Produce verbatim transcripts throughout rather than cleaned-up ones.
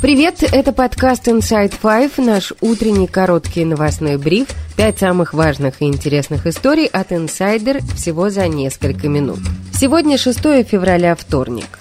Привет, это подкаст Inside Five, наш утренний короткий новостной бриф. Пять самых важных и интересных историй от Insider всего за несколько минут. Сегодня шестое февраля, вторник.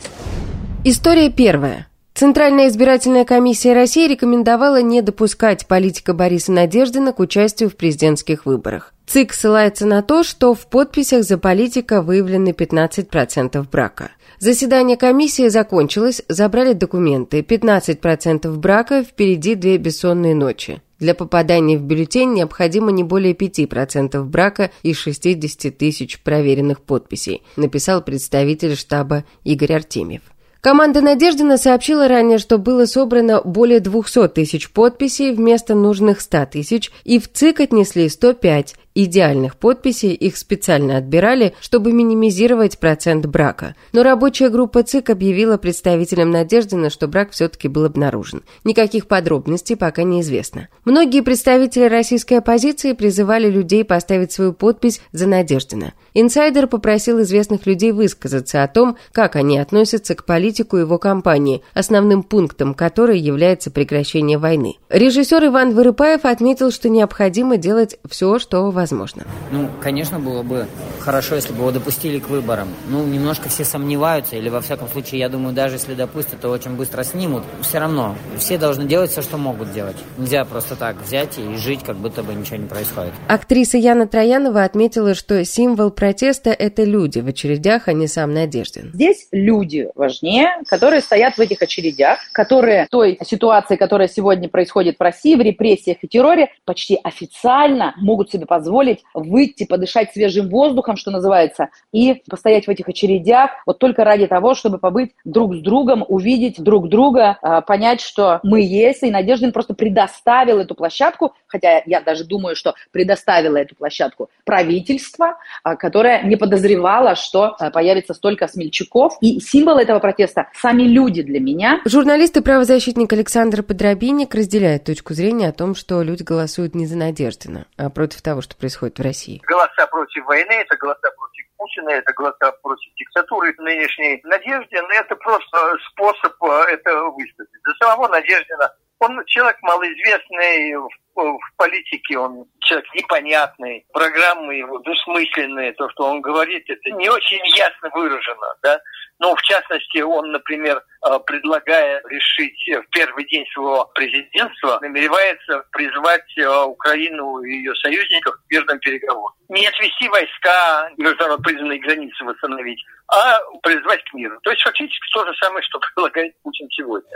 История первая. Центральная избирательная комиссия России рекомендовала не допускать политика Бориса Надеждина к участию в президентских выборах. ЦИК ссылается на то, что в подписях за политика выявлены пятнадцать процентов брака. Заседание комиссии закончилось, забрали документы. пятнадцать процентов брака, впереди две бессонные ночи. Для попадания в бюллетень необходимо не более пяти процентов брака и шестидесяти тысяч проверенных подписей, написал представитель штаба Игорь Артемьев. Команда Надеждина сообщила ранее, что было собрано более двухсот тысяч подписей вместо нужных ста тысяч, и в ЦИК отнесли сто пять идеальных подписей, их специально отбирали, чтобы минимизировать процент брака. Но рабочая группа ЦИК объявила представителям Надеждина, что брак все-таки был обнаружен. Никаких подробностей пока неизвестно. Многие представители российской оппозиции призывали людей поставить свою подпись за Надеждина. Инсайдер попросил известных людей высказаться о том, как они относятся к политику его кампании, основным пунктом которой является прекращение войны. Режиссер Иван Вырыпаев отметил, что необходимо делать все, что возможно. Возможно. Ну, конечно, было бы хорошо, если бы его допустили к выборам. Ну, немножко все сомневаются, или, во всяком случае, я думаю, даже если допустят, то очень быстро снимут. Все равно, все должны делать все, что могут делать. Нельзя просто так взять и жить, как будто бы ничего не происходит. Актриса Яна Троянова отметила, что символ протеста – это люди в очередях, а не сам Надеждин. Здесь люди важнее, которые стоят в этих очередях, которые в той ситуации, которая сегодня происходит в России, в репрессиях и терроре, почти официально могут себе позволить выйти, подышать свежим воздухом, что называется, и постоять в этих очередях вот только ради того, чтобы побыть друг с другом, увидеть друг друга, понять, что мы есть, и Надеждин просто предоставил эту площадку, хотя я даже думаю, что предоставила эту площадку правительство, которое не подозревало, что появится столько смельчаков, и символ этого протеста – сами люди для меня. Журналист и правозащитник Александр Подробинник разделяет точку зрения о том, что люди голосуют не за Надеждина, а против того, что происходит в России. Голоса против войны, это голоса против Путина, это голоса против диктатуры нынешней. Надеждин – это просто способ это выставить. За самого Надеждина, он человек малоизвестный в, в политике, он человек непонятный, программы его двусмысленные, то, что он говорит, это не очень ясно выражено, да. Но, в частности, он, например, предлагая решить в первый день своего президентства, намеревается призвать Украину и ее союзников к мирным переговорам. Не отвести войска, международно признанные границы восстановить, а призвать к миру. То есть, фактически, то же самое, что предлагает Путин сегодня.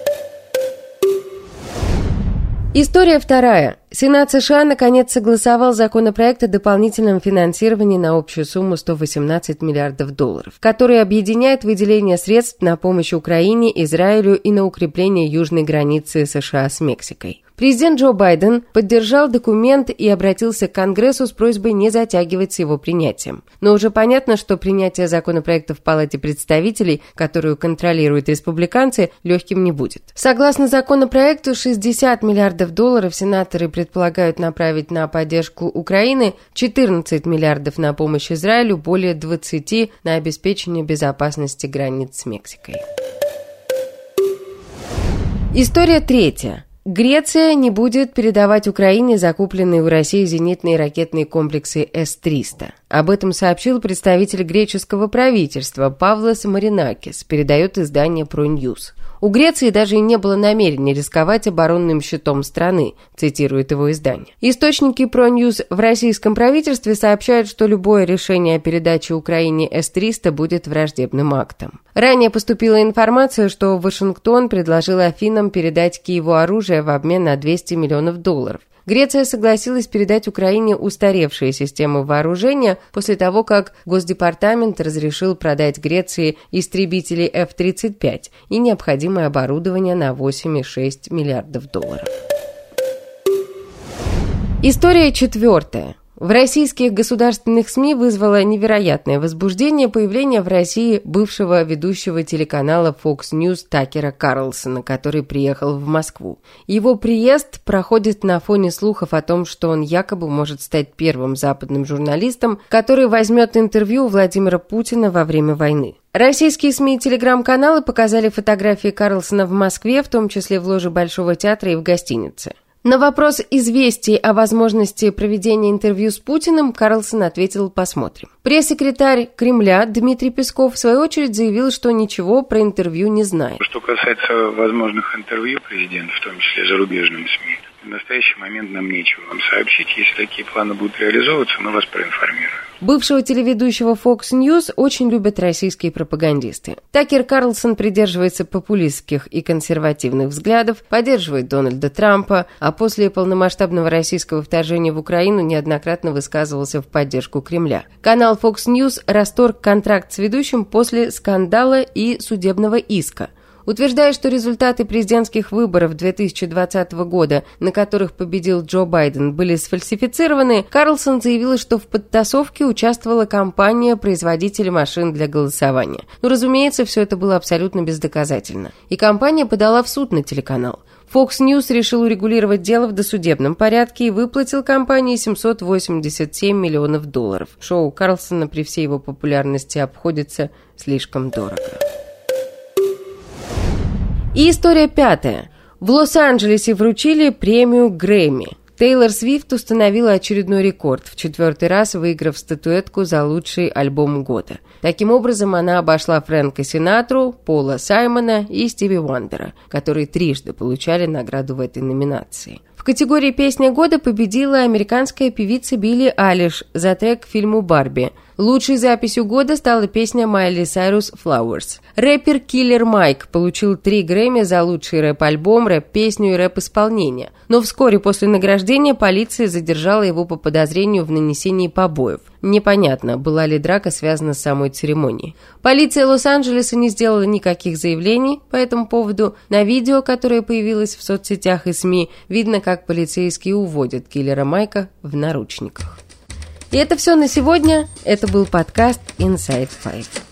История вторая. Сенат США наконец согласовал законопроект о дополнительном финансировании на общую сумму сто восемнадцать миллиардов долларов, который объединяет выделение средств на помощь Украине, Израилю и на укрепление южной границы США с Мексикой. Президент Джо Байден поддержал документ и обратился к Конгрессу с просьбой не затягивать с его принятием. Но уже понятно, что принятие законопроекта в Палате представителей, которую контролируют республиканцы, легким не будет. Согласно законопроекту, шестьдесят миллиардов долларов сенаторы предполагают направить на поддержку Украины, четырнадцать миллиардов на помощь Израилю, более двадцати на обеспечение безопасности границ с Мексикой. История третья. Греция не будет передавать Украине закупленные в России зенитные ракетные комплексы эс триста. Об этом сообщил представитель греческого правительства Павлос Маринакис, передает издание ProNews. У Греции даже и не было намерения рисковать оборонным щитом страны, цитирует его издание. Источники ProNews в российском правительстве сообщают, что любое решение о передаче Украине эс триста будет враждебным актом. Ранее поступила информация, что Вашингтон предложил Афинам передать Киеву оружие в обмен на двести миллионов долларов. Греция согласилась передать Украине устаревшие системы вооружения после того, как Госдепартамент разрешил продать Греции истребители эф тридцать пять и необходимое оборудование на восемь целых шесть десятых миллиардов долларов. История четвертая. В российских государственных СМИ вызвало невероятное возбуждение появление в России бывшего ведущего телеканала Fox News Такера Карлсона, который приехал в Москву. Его приезд проходит на фоне слухов о том, что он якобы может стать первым западным журналистом, который возьмет интервью у Владимира Путина во время войны. Российские СМИ и телеграм-каналы показали фотографии Карлсона в Москве, в том числе в ложе Большого театра и в гостинице. На вопрос известий о возможности проведения интервью с Путиным Карлсон ответил: «Посмотрим». Пресс-секретарь Кремля Дмитрий Песков в свою очередь заявил, что ничего про интервью не знает. Что касается возможных интервью президента, в том числе зарубежным СМИ, в настоящий момент нам нечего вам сообщить. Если такие планы будут реализовываться, мы вас проинформируем. Бывшего телеведущего Fox News очень любят российские пропагандисты. Такер Карлсон придерживается популистских и консервативных взглядов, поддерживает Дональда Трампа, а после полномасштабного российского вторжения в Украину неоднократно высказывался в поддержку Кремля. Канал Fox News расторг контракт с ведущим после скандала и судебного иска. Утверждая, что результаты президентских выборов две тысячи двадцатого года, на которых победил Джо Байден, были сфальсифицированы, Карлсон заявил, что в подтасовке участвовала компания-производитель машин для голосования. Но, разумеется, все это было абсолютно бездоказательно. И компания подала в суд на телеканал. Fox News решил урегулировать дело в досудебном порядке и выплатил компании семьсот восемьдесят семь миллионов долларов. Шоу Карлсона при всей его популярности обходится слишком дорого. И история пятая. В Лос-Анджелесе вручили премию Грэмми. Тейлор Свифт установила очередной рекорд, в четвертый раз выиграв статуэтку за лучший альбом года. Таким образом, она обошла Фрэнка Синатру, Пола Саймона и Стиви Уандера, которые трижды получали награду в этой номинации. В категории «Песня года» победила американская певица Билли Айлиш за трек к фильму «Барби». Лучшей записью года стала песня Майли Сайрус «Flowers». Рэпер Киллер Майк получил три Грэмми за лучший рэп-альбом, рэп-песню и рэп-исполнение. Но вскоре после награждения полиция задержала его по подозрению в нанесении побоев. Непонятно, была ли драка связана с самой церемонией. Полиция Лос-Анджелеса не сделала никаких заявлений по этому поводу. На видео, которое появилось в соцсетях и СМИ, видно, как полицейские уводят Киллера Майка в наручниках. И это все на сегодня. Это был подкаст Inside Five.